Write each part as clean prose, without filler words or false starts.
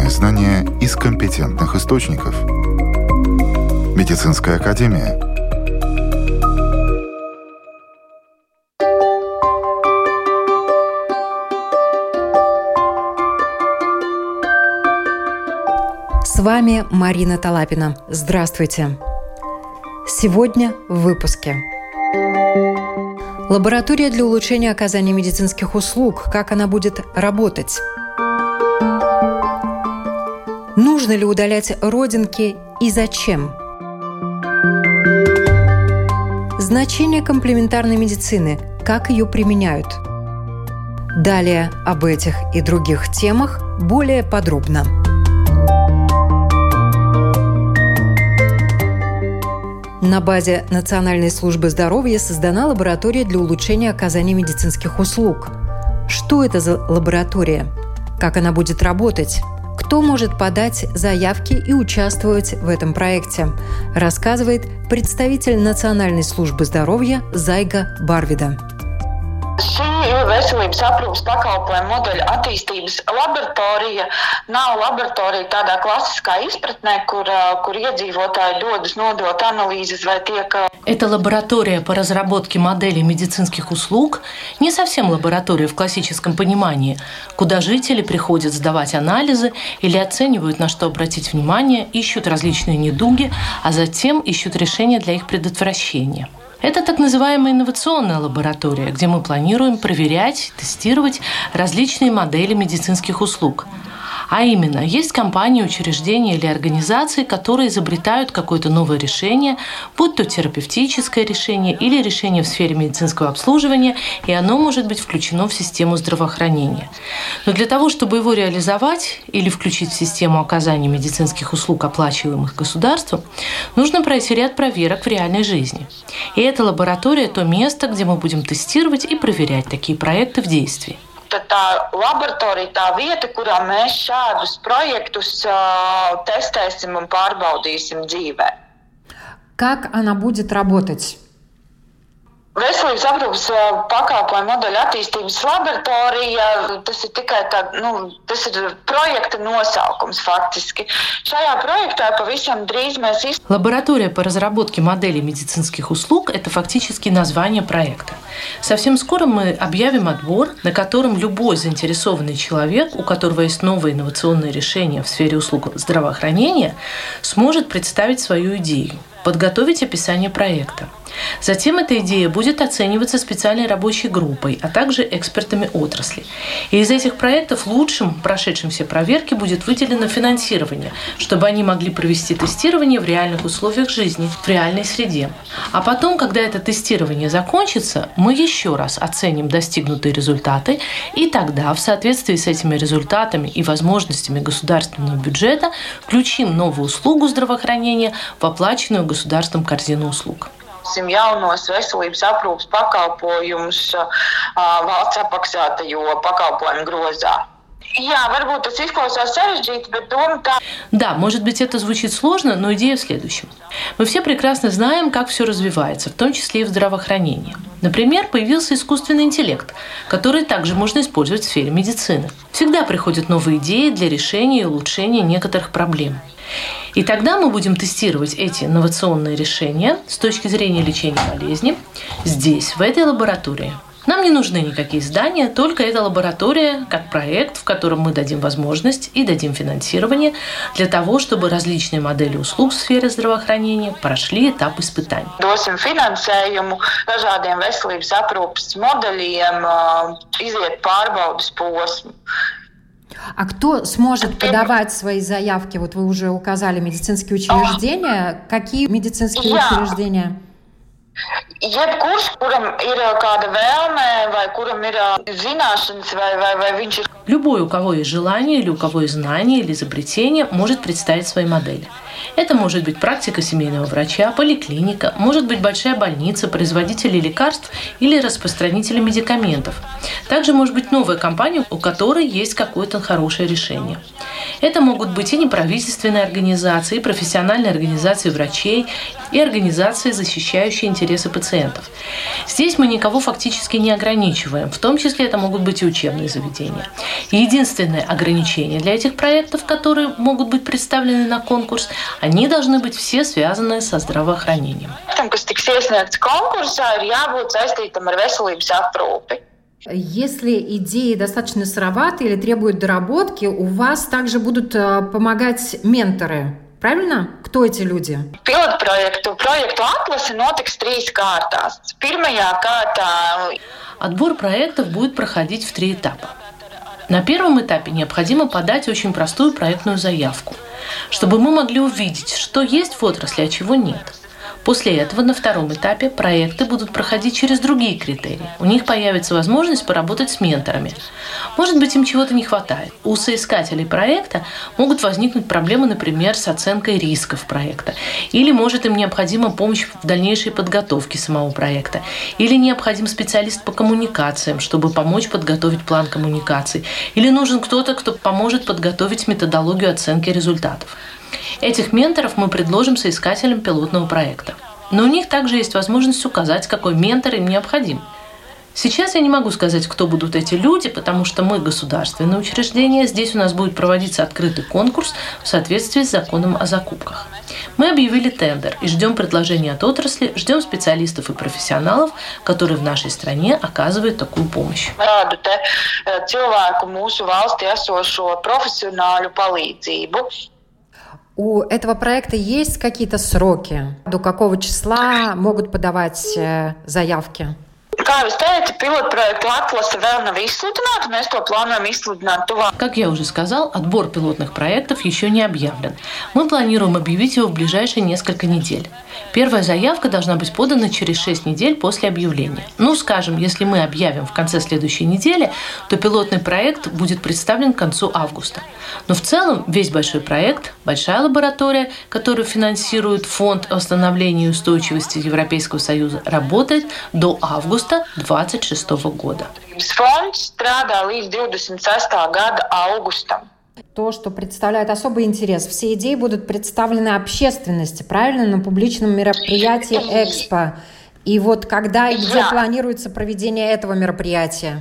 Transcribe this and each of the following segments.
Проверенные знания из компетентных источников. Медицинская академия. С вами Марина Талапина. Здравствуйте. Сегодня в выпуске. Лаборатория для улучшения оказания медицинских услуг. Как она будет работать? Нужно ли удалять родинки и зачем? Значение комплементарной медицины. Как ее применяют? Далее об этих и других темах более подробно. На базе Национальной службы здоровья создана лаборатория для улучшения оказания медицинских услуг. Что это за лаборатория? Как она будет работать? Кто может подать заявки и участвовать в этом проекте? Рассказывает представитель Национальной службы здоровья Zaiga Barvida. Šī veselības aprūpes pakalpojumu modeļa attīstības laboratorija nav laboratorija tādā klasiskā izpratnē, kur iedzīvotāji dodas nodot анализes vai tiek. Это лаборатория по разработке моделей медицинских услуг, не совсем лаборатория в классическом понимании, куда жители приходят сдавать анализы или оценивают, на что обратить внимание, ищут различные недуги, а затем ищут решения для их предотвращения. Это так называемая инновационная лаборатория, где мы планируем проверять, тестировать различные модели медицинских услуг. А именно, есть компании, учреждения или организации, которые изобретают какое-то новое решение, будь то терапевтическое решение или решение в сфере медицинского обслуживания, и оно может быть включено в систему здравоохранения. Но для того, чтобы его реализовать или включить в систему оказания медицинских услуг, оплачиваемых государством, нужно пройти ряд проверок в реальной жизни. И эта лаборатория – то место, где мы будем тестировать и проверять такие проекты в действии. Tā laboratorija, tā vieta, kurā mēs šādus projektus testēsim un pārbaudīsim dzīvē. Как она будет работать? Veselības aprūpes pakalpojumu modeļu attīstības laboratorija, tas ir tikai tas ir projekta nosaukums faktiski. Šajā projektā pavisam drīz mēs Лаборатория по разработке моделей медицинских услуг – это фактически название проекта. Совсем скоро мы объявим отбор, на котором любой заинтересованный человек, у которого есть новые инновационные решения в сфере услуг здравоохранения, сможет представить свою идею, подготовить описание проекта. Затем эта идея будет оцениваться специальной рабочей группой, а также экспертами отрасли. И из этих проектов лучшим, прошедшим все проверки, будет выделено финансирование, чтобы они могли провести тестирование в реальных условиях жизни, в реальной среде. А потом, когда это тестирование закончится, мы еще раз оценим достигнутые результаты, и тогда, в соответствии с этими результатами и возможностями государственного бюджета, включим новую услугу здравоохранения в оплаченную государством корзину услуг. Jaunos veselības aprūpes pakalpojumus valsts apmaksātajo pakalpojumu grozā. Varbūt tas izklausās sarežģīti, bet doma tā. Да, может быть, это звучит сложно, но идея в следующем. Мы все прекрасно знаем, как все развивается, в том числе и в здравоохранении. Например, появился искусственный интеллект, который также можно использовать в сфере медицины. Всегда приходят новые идеи для решения и улучшения некоторых проблем. И тогда мы будем тестировать эти инновационные решения с точки зрения лечения болезни здесь, в этой лаборатории. Нам не нужны никакие здания, только эта лаборатория как проект, в котором мы дадим возможность и дадим финансирование для того, чтобы различные модели услуг в сфере здравоохранения прошли этап испытаний. Dosim finansējumu dažādiem veselības aprūpes modeļiem, iziet pārbaudes posmu. А кто сможет подавать свои заявки? Вот вы уже указали медицинские учреждения. Какие медицинские учреждения? Jebkurš, kuram ir kāda vēlme, vai kuram ir zināšanas, vai viņš ir. Любой, у кого есть желание, или у кого есть знания, или изобретение, может представить свои модели. Это может быть практика семейного врача, поликлиника, может быть большая больница, производители лекарств или распространители медикаментов. Также может быть новая компания, у которой есть какое-то хорошее решение. Это могут быть и неправительственные организации, и профессиональные организации врачей, и организации, защищающие интересы пациентов. Здесь мы никого фактически не ограничиваем, в том числе это могут быть и учебные заведения. Единственное ограничение для этих проектов, которые могут быть представлены на конкурс, они должны быть все связаны со здравоохранением. Если идеи достаточно сыроваты или требуют доработки, у вас также будут помогать менторы. Правильно? Кто эти люди? Проекту «Атласы» notiks 3 kārtās. Pirmajā kārtā. Отбор проектов будет проходить в 3 этапа. На первом этапе необходимо подать очень простую проектную заявку, чтобы мы могли увидеть, что есть в отрасли, а чего нет. После этого на втором этапе проекты будут проходить через другие критерии. У них появится возможность поработать с менторами. Может быть, им чего-то не хватает. У соискателей проекта могут возникнуть проблемы, например, с оценкой рисков проекта. Или, может, им необходима помощь в дальнейшей подготовке самого проекта. Или необходим специалист по коммуникациям, чтобы помочь подготовить план коммуникаций. Или нужен кто-то, кто поможет подготовить методологию оценки результатов. Этих менторов мы предложим соискателям пилотного проекта. Но у них также есть возможность указать, какой ментор им необходим. Сейчас я не могу сказать, кто будут эти люди, потому что мы государственное учреждение. Здесь у нас будет проводиться открытый конкурс в соответствии с законом о закупках. Мы объявили тендер и ждем предложений от отрасли, ждем специалистов и профессионалов, которые в нашей стране оказывают такую помощь. У этого проекта есть какие-то сроки? До какого числа могут подавать заявки? Как я уже сказал, отбор пилотных проектов еще не объявлен. Мы планируем объявить его в ближайшие несколько недель. Первая заявка должна быть подана через 6 недель после объявления. Скажем, если мы объявим в конце следующей недели, то пилотный проект будет представлен к концу августа. Но в целом весь большой проект, большая лаборатория, которую финансирует Фонд восстановления и устойчивости Европейского Союза, работает до августа 2026 года. Фонд strādā līdz 26. gada augustam. То, что представляет особый интерес. Все идеи будут представлены общественности, правильно, на публичном мероприятии «Экспо». И вот когда и где планируется проведение этого мероприятия?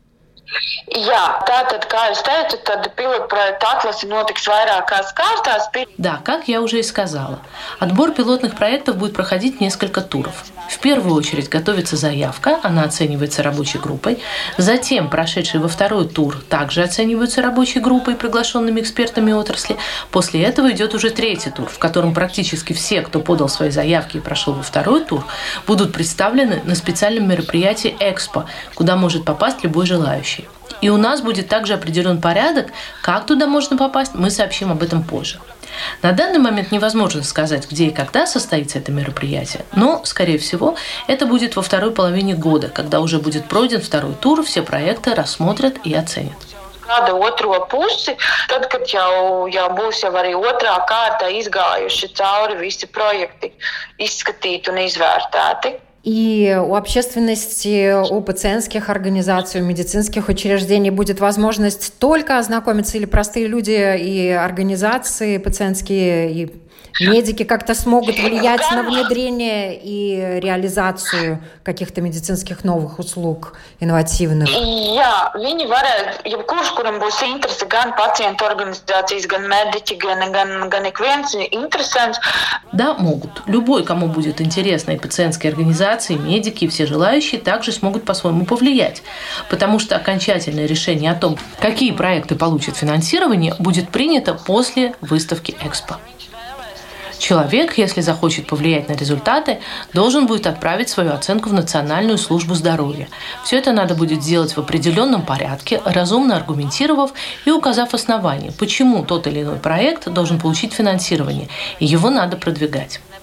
Да, как я уже и сказала. Отбор пилотных проектов будет проходить несколько туров. В первую очередь готовится заявка, она оценивается рабочей группой. Затем прошедшие во второй тур также оцениваются рабочей группой, приглашенными экспертами отрасли. После этого идет уже третий тур, в котором практически все, кто подал свои заявки и прошел во второй тур, будут представлены на специальном мероприятии «Экспо», куда может попасть любой желающий. И у нас будет также определен порядок, как туда можно попасть, мы сообщим об этом позже. На данный момент невозможно сказать, где и когда состоится это мероприятие, но, скорее всего, это будет во второй половине года, когда уже будет пройден второй тур, все проекты рассмотрят и оценят. Gada otro pusi, tad, kad jau būs arī otrā kārta izgājuši cauri visi projekti, izskatīti un izvērtēti. И у общественности, у пациентских организаций, у медицинских учреждений будет возможность только ознакомиться, или простые люди и организации пациентские, и медики как-то смогут влиять на внедрение и реализацию каких-то медицинских новых услуг, инновативных? Jā, viņi varēs, jebkurš, kuram būs interese, gan pacientu organizācijas, gan mediķi, gan ik viens interesants. Да, могут. Любой, кому будет интересно, и пациентские организации, и медики, и все желающие также смогут по-своему повлиять. Потому что окончательное решение о том, какие проекты получат финансирование, будет принято после выставки «Экспо». Человек, если захочет повлиять на результаты, должен будет отправить свою оценку в Национальную службу здоровья. Все это надо будет сделать в определенном порядке, разумно аргументировав и указав основания, почему тот или иной проект должен получить финансирование, и его надо продвигать.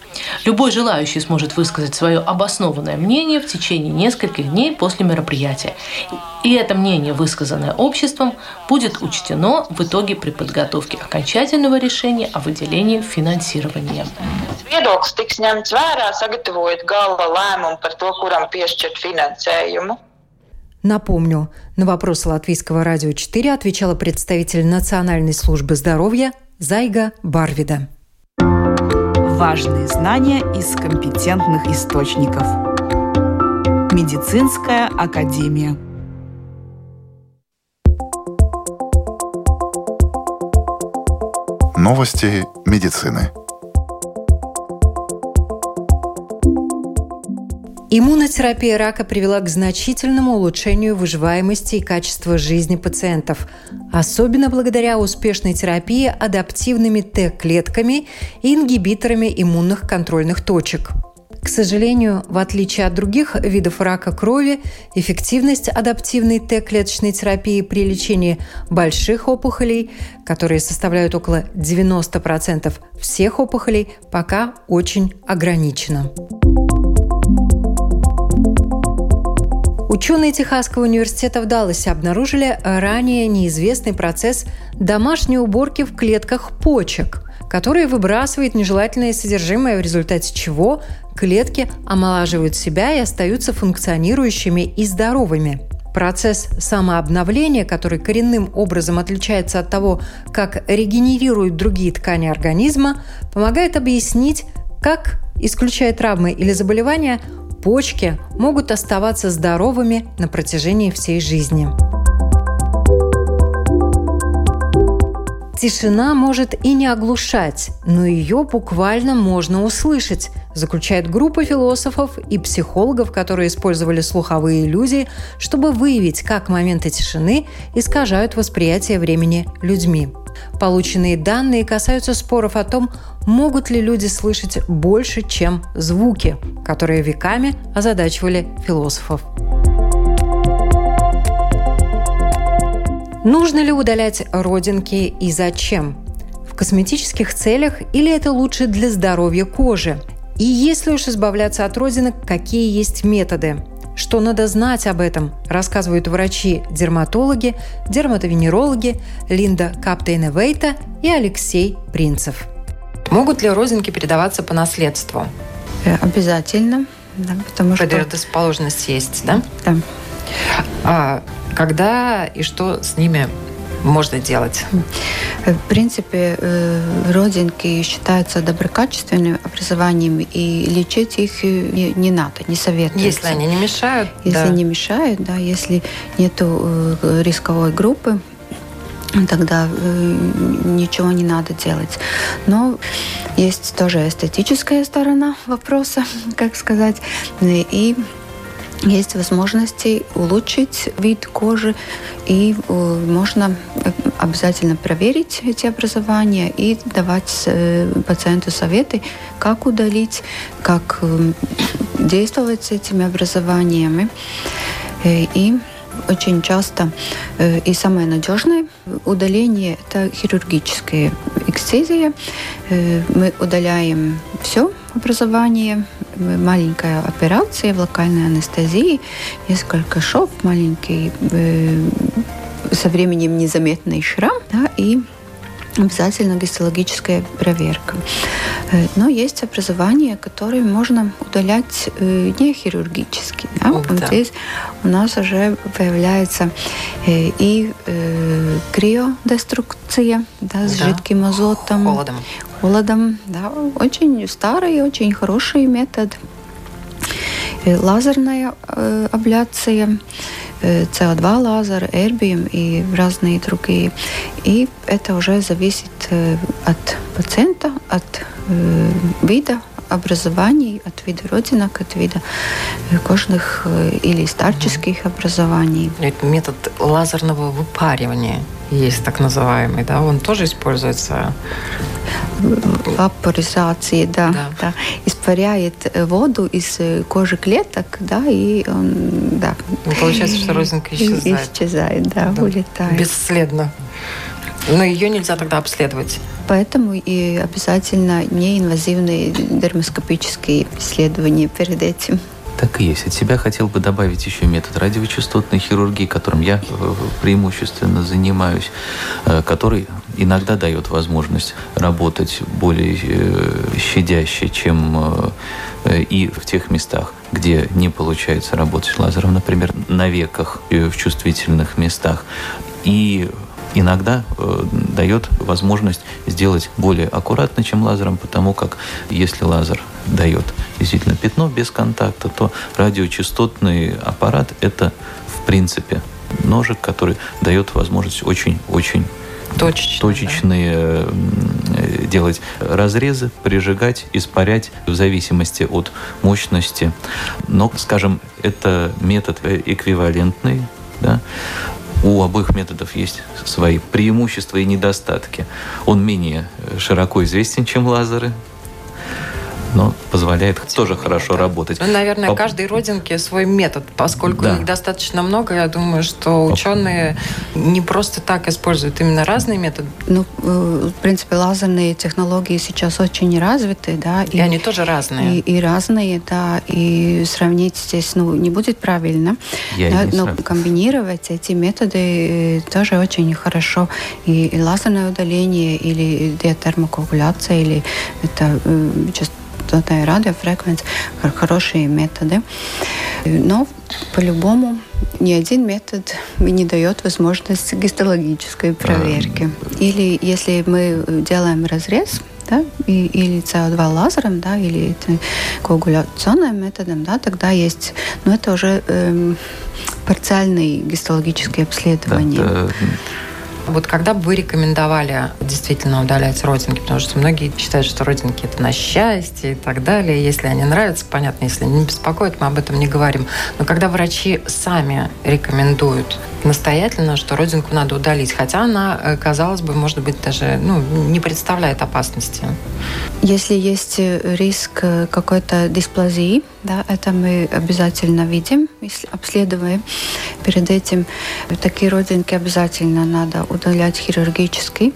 Любой желающий сможет высказать свое обоснованное мнение в течение нескольких дней после мероприятия. И это мнение, высказанное обществом, будет учтено в итоге при подготовке окончательного решения о выделении финансирования. Viedoklis tiks ņemts vērā, sagatavojot gala lēmumu par to, kuram piešķirt finansējumu. Напомню, на вопрос Латвийского радио 4 отвечала представитель Национальной службы здоровья Зайга Барвида. Важные знания из компетентных источников. Медицинская академия. Новости медицины. Иммунотерапия рака привела к значительному улучшению выживаемости и качества жизни пациентов, особенно благодаря успешной терапии адаптивными Т-клетками и ингибиторами иммунных контрольных точек. К сожалению, в отличие от других видов рака крови, эффективность адаптивной Т-клеточной терапии при лечении больших опухолей, которые составляют около 90% всех опухолей, пока очень ограничена. Ученые Техасского университета в Далласе обнаружили ранее неизвестный процесс домашней уборки в клетках почек, который выбрасывает нежелательное содержимое, в результате чего клетки омолаживают себя и остаются функционирующими и здоровыми. Процесс самообновления, который коренным образом отличается от того, как регенерируют другие ткани организма, помогает объяснить, как, исключая травмы или заболевания, почки могут оставаться здоровыми на протяжении всей жизни. Тишина может и не оглушать, но ее буквально можно услышать, заключает группа философов и психологов, которые использовали слуховые иллюзии, чтобы выявить, как моменты тишины искажают восприятие времени людьми. Полученные данные касаются споров о том, могут ли люди слышать больше, чем звуки, которые веками озадачивали философов. Нужно ли удалять родинки и зачем? В косметических целях или это лучше для здоровья кожи? И если уж избавляться от родинок, какие есть методы? Что надо знать об этом, рассказывают врачи-дерматологи, дерматовенерологи Линда Каптейна-Вейта и Алексей Принцев. Могут ли родинки передаваться по наследству? Обязательно, да, потому что предрасположенность есть, да? Да. А когда и что с ними можно делать? В принципе, родинки считаются доброкачественным образованием, и лечить их не надо, не советуется. Если они не мешают? Если не мешают, да, если нету рисковой группы, тогда ничего не надо делать. Но есть тоже эстетическая сторона вопроса, как сказать, и есть возможности улучшить вид кожи, и можно обязательно проверить эти образования и давать пациенту советы, как удалить, как действовать с этими образованиями. И очень часто и самое надежное удаление – это хирургическая экцизия. Мы удаляем все образование, маленькая операция в локальной анестезии, несколько шов, маленький со временем незаметный шрам, да, и обязательно гистологическая проверка. Но есть образования, которые можно удалять не хирургически. Да? Вот здесь у нас уже появляется и криодеструкция, да, с жидким азотом. Холодом. Да. Очень старый, очень хороший метод. Лазерная абляция, СО2 лазер, эрбиум и разные другие. И это уже зависит от пациента, от вида образований, от вида родинок, от вида кожных или старческих образований. Метод лазерного выпаривания есть так называемый, да? Он тоже используется? Вапоризации, да. Испаряет воду из кожи клеток, да, и он, да. Получается, что родинка исчезает. Исчезает, да, улетает. Бесследно. Но ее нельзя тогда обследовать. Поэтому и обязательно неинвазивные дермоскопические исследования перед этим. Так и есть. От себя хотел бы добавить еще метод радиочастотной хирургии, которым я преимущественно занимаюсь, который иногда дает возможность работать более щадяще, чем и в тех местах, где не получается работать лазером, например, на веках, в чувствительных местах. И иногда дает возможность сделать более аккуратно, чем лазером, потому как если лазер дает действительно пятно без контакта, то радиочастотный аппарат – это, в принципе, ножик, который дает возможность очень-очень точечные делать разрезы, прижигать, испарять в зависимости от мощности. Но, скажем, это метод эквивалентный, да? У обоих методов есть свои преимущества и недостатки. Он менее широко известен, чем лазеры, но позволяет тоже хорошо работать. Ну, наверное, каждой родинке свой метод, поскольку их достаточно много. Я думаю, что ученые не просто так используют именно разные методы. Ну, в принципе, лазерные технологии сейчас очень развиты, да. И они тоже разные. И разные, да. И сравнить здесь, не будет правильно. Но комбинировать эти методы тоже очень хорошо. И лазерное удаление, или диатермокоагуляция, или это частотная радиофреквенция, хорошие методы. Но по-любому ни один метод не дает возможности гистологической проверки. Или если мы делаем разрез, да, или СО2 лазером, да, или коагуляционным методом, да, тогда есть, это уже парциальные гистологические обследования. Вот когда бы вы рекомендовали действительно удалять родинки, потому что многие считают, что родинки – это на счастье и так далее. Если они нравятся, понятно, если они не беспокоят, мы об этом не говорим. Но когда врачи сами рекомендуют настоятельно, что родинку надо удалить, хотя она, казалось бы, может быть, даже не представляет опасности. Если есть риск какой-то дисплазии, да, это мы обязательно видим, если обследуем. Перед этим такие родинки обязательно надо удалять хирургически.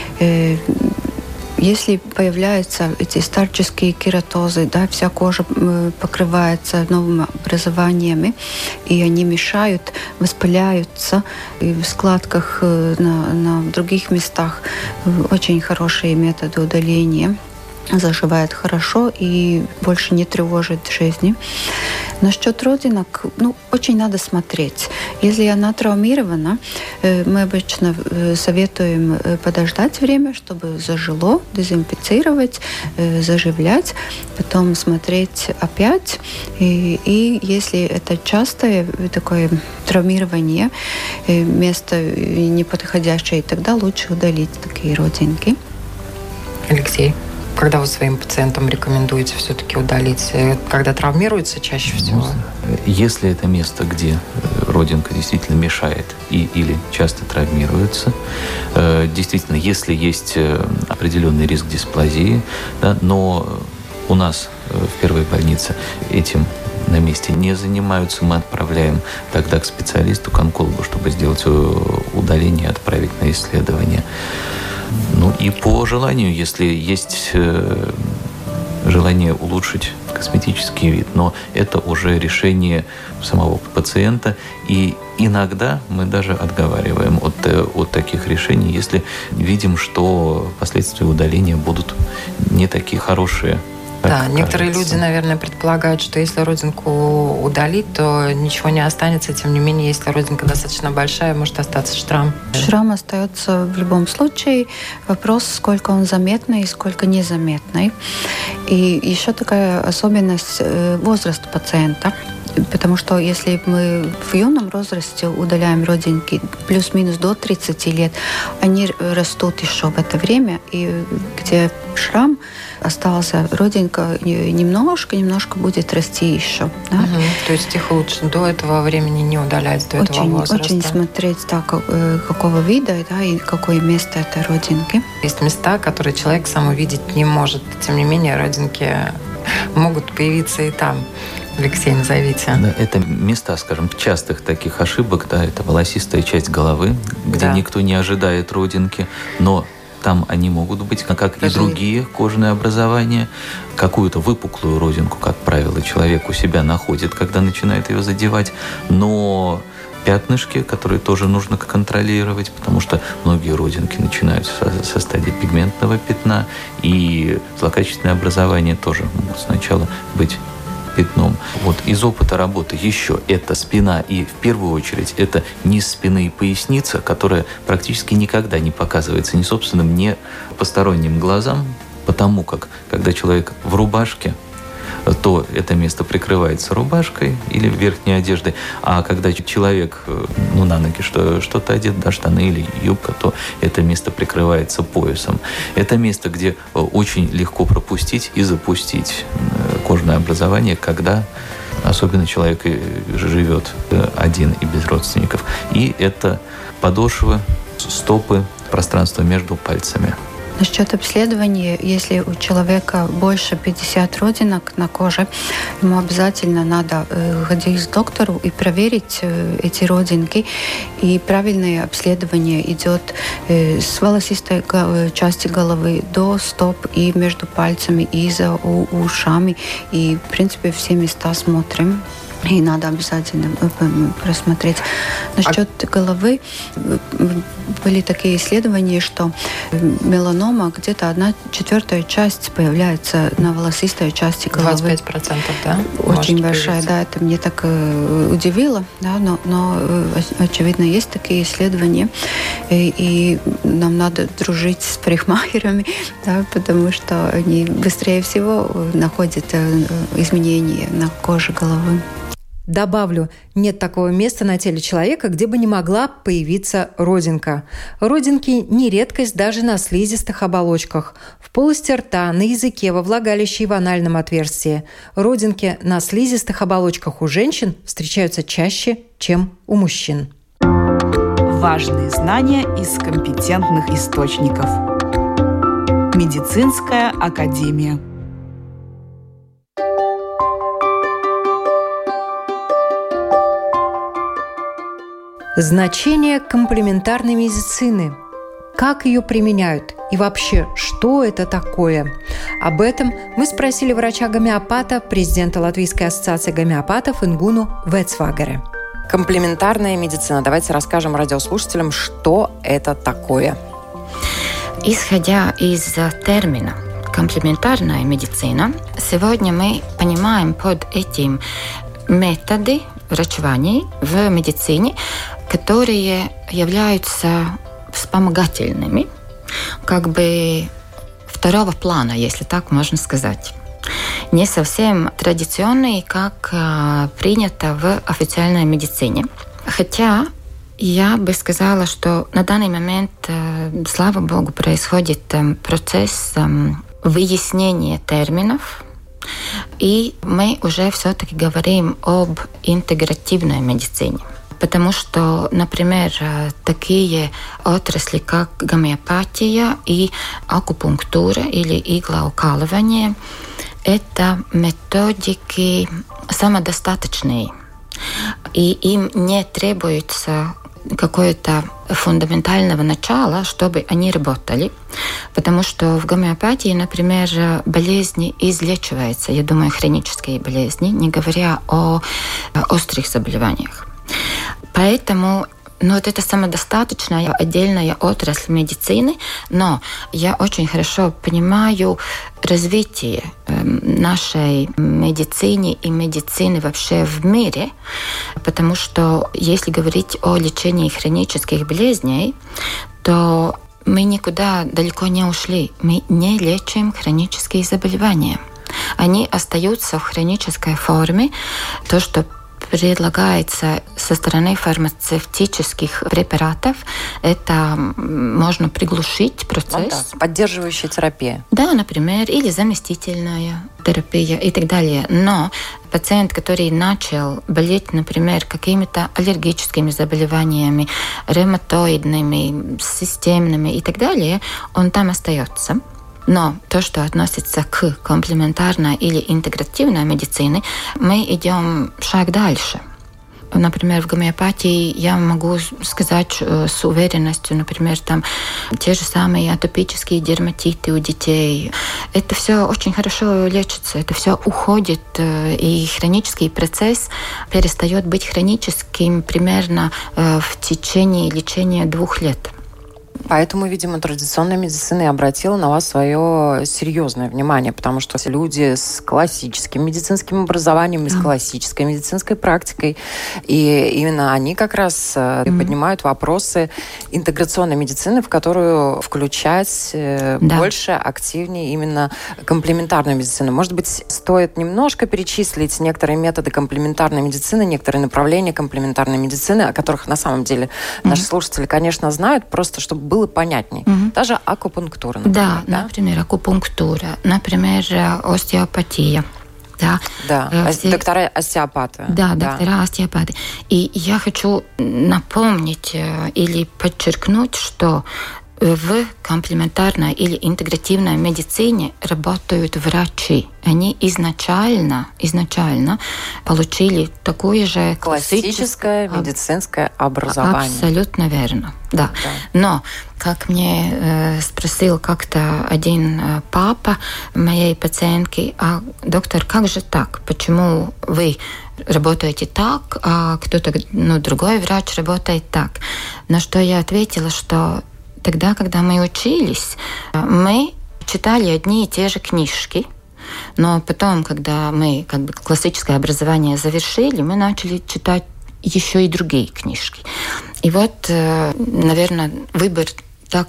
Если появляются эти старческие кератозы, да, вся кожа покрывается новыми образованиями, и они мешают, воспаляются и в складках на других местах. Очень хорошие методы удаления. Заживает хорошо и больше не тревожит жизни. Насчет родинок, очень надо смотреть. Если она травмирована, мы обычно советуем подождать время, чтобы зажило, дезинфицировать, заживлять, потом смотреть опять. И если это частое такое травмирование, место неподходящее, тогда лучше удалить такие родинки. Алексей, когда вы своим пациентам рекомендуете все-таки удалить? Когда травмируется чаще всего? Если это место, где родинка действительно мешает или часто травмируется, действительно, если есть определенный риск дисплазии, да, но у нас в первой больнице этим на месте не занимаются, мы отправляем тогда к специалисту, к онкологу, чтобы сделать удаление и отправить на исследование. И по желанию, если есть желание улучшить косметический вид, но это уже решение самого пациента, и иногда мы даже отговариваем от таких решений, если видим, что последствия удаления будут не такие хорошие. Да, некоторые люди, наверное, предполагают, что если родинку удалить, то ничего не останется. Тем не менее, если родинка достаточно большая, может остаться шрам. Шрам остается в любом случае. Вопрос, сколько он заметный и сколько незаметный. И еще такая особенность возраста пациента. Потому что если мы в юном возрасте удаляем родинки плюс-минус до 30 лет, они растут еще в это время, и где шрам остался, родинка немножко будет расти еще. Да? То есть их лучше до этого времени не удалять, до этого возраста. Очень смотреть, да, какого вида, да, и какое место этой родинки. Есть места, которые человек сам увидеть не может. Тем не менее, родинки могут появиться и там. Алексей, назовите. Да, это места, скажем, частых таких ошибок, да, это волосистая часть головы, где никто не ожидает родинки, но там они могут быть, как и другие кожные образования. Какую-то выпуклую родинку, как правило, человек у себя находит, когда начинает ее задевать, но пятнышки, которые тоже нужно контролировать, потому что многие родинки начинаются со стадии пигментного пятна, и злокачественные образования тоже могут сначала быть пятном. Вот из опыта работы еще это спина, и в первую очередь это низ спины и поясница, которая практически никогда не показывается ни собственным, ни посторонним глазам, потому как, когда человек в рубашке, то это место прикрывается рубашкой или верхней одеждой, а когда человек на ноги что-то одет, да, штаны или юбка, то это место прикрывается поясом. Это место, где очень легко пропустить и запустить кожное образование, когда особенно человек живет один и без родственников. И это подошвы, стопы, пространство между пальцами. Насчет обследования, если у человека больше 50 родинок на коже, ему обязательно надо ходить к доктору и проверить эти родинки. И правильное обследование идет с волосистой части головы до стоп и между пальцами и за ушами. И, в принципе, все места смотрим. И надо обязательно просмотреть. Насчет головы были такие исследования, что меланома где-то 1/4 часть появляется на волосистой части головы. 25%, да? Очень большая, да, это мне так удивило, да, но очевидно есть такие исследования, и нам надо дружить с парикмахерами, да, потому что они быстрее всего находят изменения на коже головы. Добавлю, нет такого места на теле человека, где бы не могла появиться родинка. Родинки не редкость даже на слизистых оболочках, в полости рта, на языке, во влагалище и в анальном отверстии. Родинки на слизистых оболочках у женщин встречаются чаще, чем у мужчин. Важные знания из компетентных источников. Медицинская академия. Значение комплементарной медицины. Как ее применяют? И вообще, что это такое? Об этом мы спросили врача-гомеопата, президента Латвийской ассоциации гомеопатов Ингуну Вецвагере. Комплементарная медицина. Давайте расскажем радиослушателям, что это такое. Исходя из термина «комплементарная медицина», сегодня мы понимаем под этим методы врачевания в медицине, которые являются вспомогательными, как бы второго плана, если так можно сказать. Не совсем традиционные, как принято в официальной медицине. Хотя я бы сказала, что на данный момент, слава богу, происходит процесс выяснения терминов, и мы уже все-таки говорим об интегративной медицине. Потому что, например, такие отрасли, как гомеопатия и акупунктура или иглоукалывание, это методики самодостаточные. И им не требуется какое-то фундаментального начала, чтобы они работали. Потому что в гомеопатии, например, болезни излечиваются, я думаю, хронические болезни, не говоря о острых заболеваниях. Поэтому вот это самодостаточная отдельная отрасль медицины, но я очень хорошо понимаю развитие нашей медицины и медицины вообще в мире, потому что если говорить о лечении хронических болезней, то мы никуда далеко не ушли. Мы не лечим хронические заболевания. Они остаются в хронической форме. То, что предлагается со стороны фармацевтических препаратов, это можно приглушить процесс. Поддерживающая терапия. Да, например, или заместительная терапия и так далее. Но пациент, который начал болеть, например, какими-то аллергическими заболеваниями, ревматоидными, системными и так далее, он там остается. Но то, что относится к комплементарной или интегративной медицине, мы идем шаг дальше. Например, в гомеопатии я могу сказать с уверенностью, например, там те же самые атопические дерматиты у детей. Это все очень хорошо лечится, это все уходит, и хронический процесс перестает быть хроническим примерно в течение лечения 2 лет. Поэтому, видимо, традиционная медицина и обратила на вас свое серьезное внимание, потому что люди с классическим медицинским образованием, с классической медицинской практикой, и именно они как раз поднимают вопросы интеграционной медицины, в которую включать больше, активнее именно комплементарную медицину. Может быть, стоит немножко перечислить некоторые методы комплементарной медицины, некоторые направления комплементарной медицины, о которых на самом деле наши слушатели, конечно, знают, просто чтобы было понятнее. Даже акупунктура, например. Да, например, акупунктура, например, остеопатия. Доктора остеопаты. Да, доктора остеопаты. И я хочу напомнить или подчеркнуть, что в комплементарной или интегративной медицине работают врачи. Они изначально получили такое же классическое медицинское образование. Абсолютно верно, да. Но, как мне спросил как-то один папа моей пациентки: а доктор, как же так? Почему вы работаете так, а кто-то, другой врач работает так? На что я ответила, что тогда, когда мы учились, мы читали одни и те же книжки, но потом, когда мы классическое образование завершили, мы начали читать еще и другие книжки. И вот, наверное, выбор так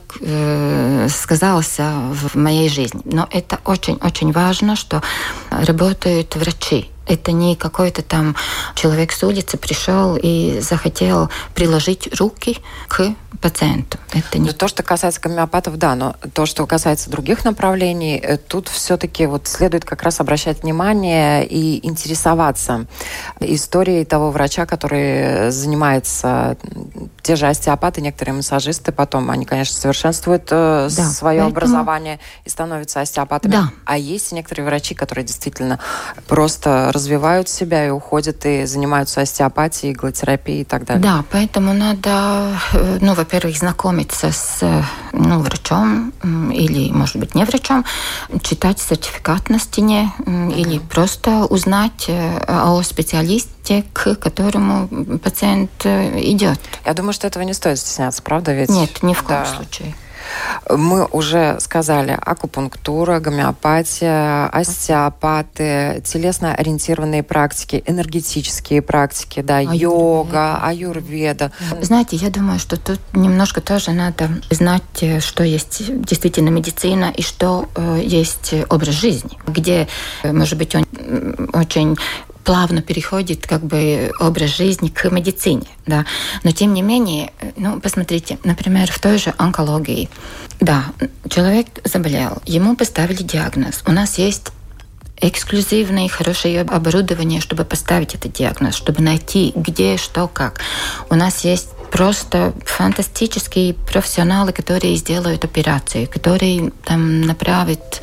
сказался в моей жизни. Но это очень-очень важно, что работают врачи. Это не какой-то там человек с улицы пришел и захотел приложить руки к пациенту. Это не... То, что касается гомеопатов, да, но то, что касается других направлений, тут все-таки следует как раз обращать внимание и интересоваться историей того врача, который занимается. Те же остеопаты, некоторые массажисты потом, они, конечно, совершенствуют свое образование и становятся остеопатами. Да. А есть некоторые врачи, которые действительно просто развивают себя и уходят и занимаются остеопатией, иглотерапией и так далее. Да, поэтому надо, во-первых, знакомиться с врачом или, может быть, не врачом, читать сертификат на стене или просто узнать о специалисте, к которому пациент идет. Я думаю, что этого не стоит стесняться, правда? Ведь... Нет, ни в коем случае. Мы уже сказали: акупунктура, гомеопатия, остеопаты, телесно-ориентированные практики, энергетические практики, йога, аюрведа. Знаете, я думаю, что тут немножко тоже надо знать, что есть действительно медицина и что есть образ жизни, где, может быть, он очень плавно переходит образ жизни к медицине, да. Но тем не менее, посмотрите, например, в той же онкологии, да, человек заболел, ему поставили диагноз, у нас есть эксклюзивное хорошее оборудование, чтобы поставить этот диагноз, чтобы найти где, что, как. У нас есть просто фантастические профессионалы, которые сделают операции, которые направят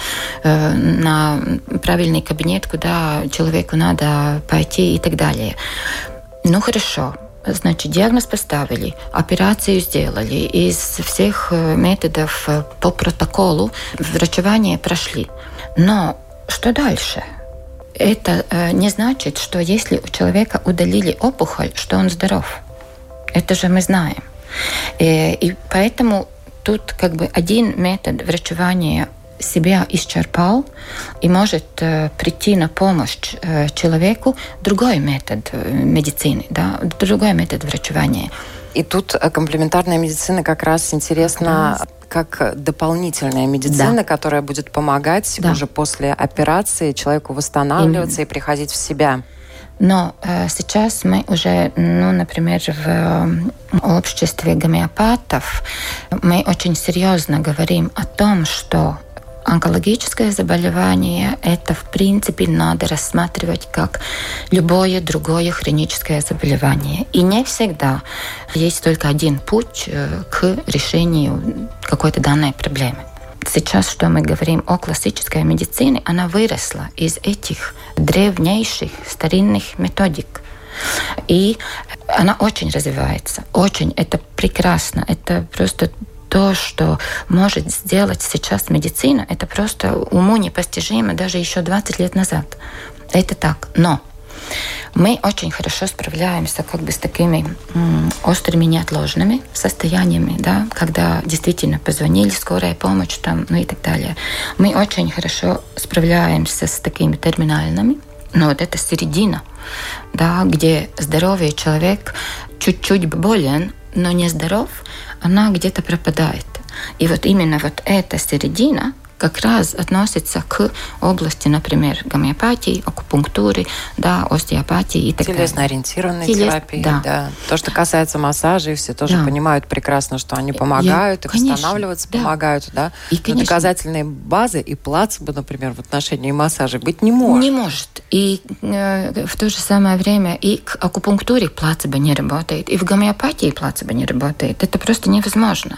на правильный кабинет, куда человеку надо пойти и так далее. Хорошо. Значит, диагноз поставили, операцию сделали, из всех методов по протоколу врачевание прошли. Но что дальше? Это не значит, что если у человека удалили опухоль, что он здоров. Это же мы знаем. И поэтому тут один метод врачевания себя исчерпал, и может прийти на помощь человеку другой метод медицины, другой метод врачевания. И тут комплементарная медицина как раз интересна как дополнительная медицина, которая будет помогать уже после операции человеку восстанавливаться и приходить в себя. Но сейчас мы уже, например, в обществе гомеопатов мы очень серьезно говорим о том, что онкологическое заболевание это в принципе надо рассматривать как любое другое хроническое заболевание. И не всегда есть только один путь к решению какой-то данной проблемы. сейчас, что мы говорим о классической медицине, она выросла из этих древнейших старинных методик. И она очень развивается, очень. Это прекрасно, это просто то, что может сделать сейчас медицина, это просто уму непостижимо даже еще 20 лет назад. Это так. Но мы очень хорошо справляемся с такими острыми неотложными состояниями, да, когда действительно позвонили, скорая помощь и так далее. Мы очень хорошо справляемся с такими терминальными, но это середина, да, где здоровый человек чуть-чуть болен, но не здоров, она где-то пропадает. И именно эта середина как раз относится к области, например, гомеопатии, акупунктуры, да, остеопатии и так далее. Телесно-ориентированной терапии. Да. То, что касается массажей, все тоже понимают прекрасно, что они помогают, восстанавливаться помогают. Да? Но доказательные базы и плацебо, например, в отношении массажей быть не может. Не может. И в то же самое время и к акупунктуре плацебо не работает, и в гомеопатии плацебо не работает. Это просто невозможно.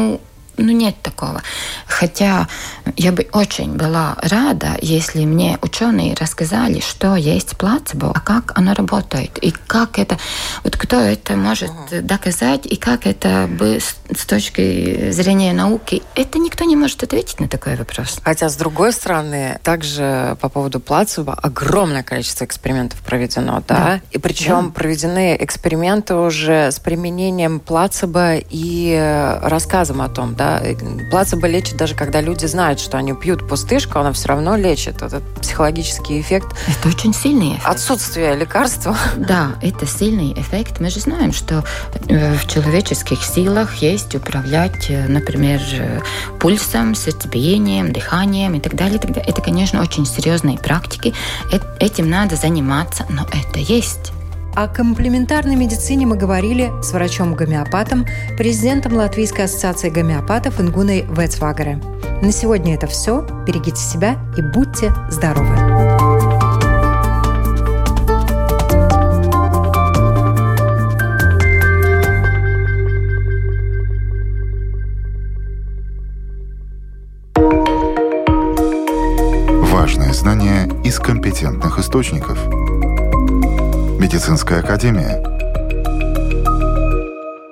Нет такого. Хотя я бы очень была рада, если мне ученые рассказали, что есть плацебо, а как оно работает, и как это, кто это может доказать, и как это бы с точки зрения науки, это никто не может ответить на такой вопрос. Хотя, с другой стороны, также по поводу плацебо огромное количество экспериментов проведено, да? И причем проведены эксперименты уже с применением плацебо и рассказом о том, да? Плацебо лечит даже когда люди знают, что они пьют пустышку, она все равно лечит. Этот психологический эффект. Это очень сильный эффект. Отсутствие лекарства. Да, это сильный эффект. Мы же знаем, что в человеческих силах есть управлять, например, пульсом, сердцебиением, дыханием и так далее. Это, конечно, очень серьезные практики. Этим надо заниматься, но это есть. О комплементарной медицине мы говорили с врачом-гомеопатом, президентом Латвийской ассоциации гомеопатов Ингуной Вецвагере. На сегодня это все. Берегите себя и будьте здоровы! Важные знания из компетентных источников. Медицинская академия.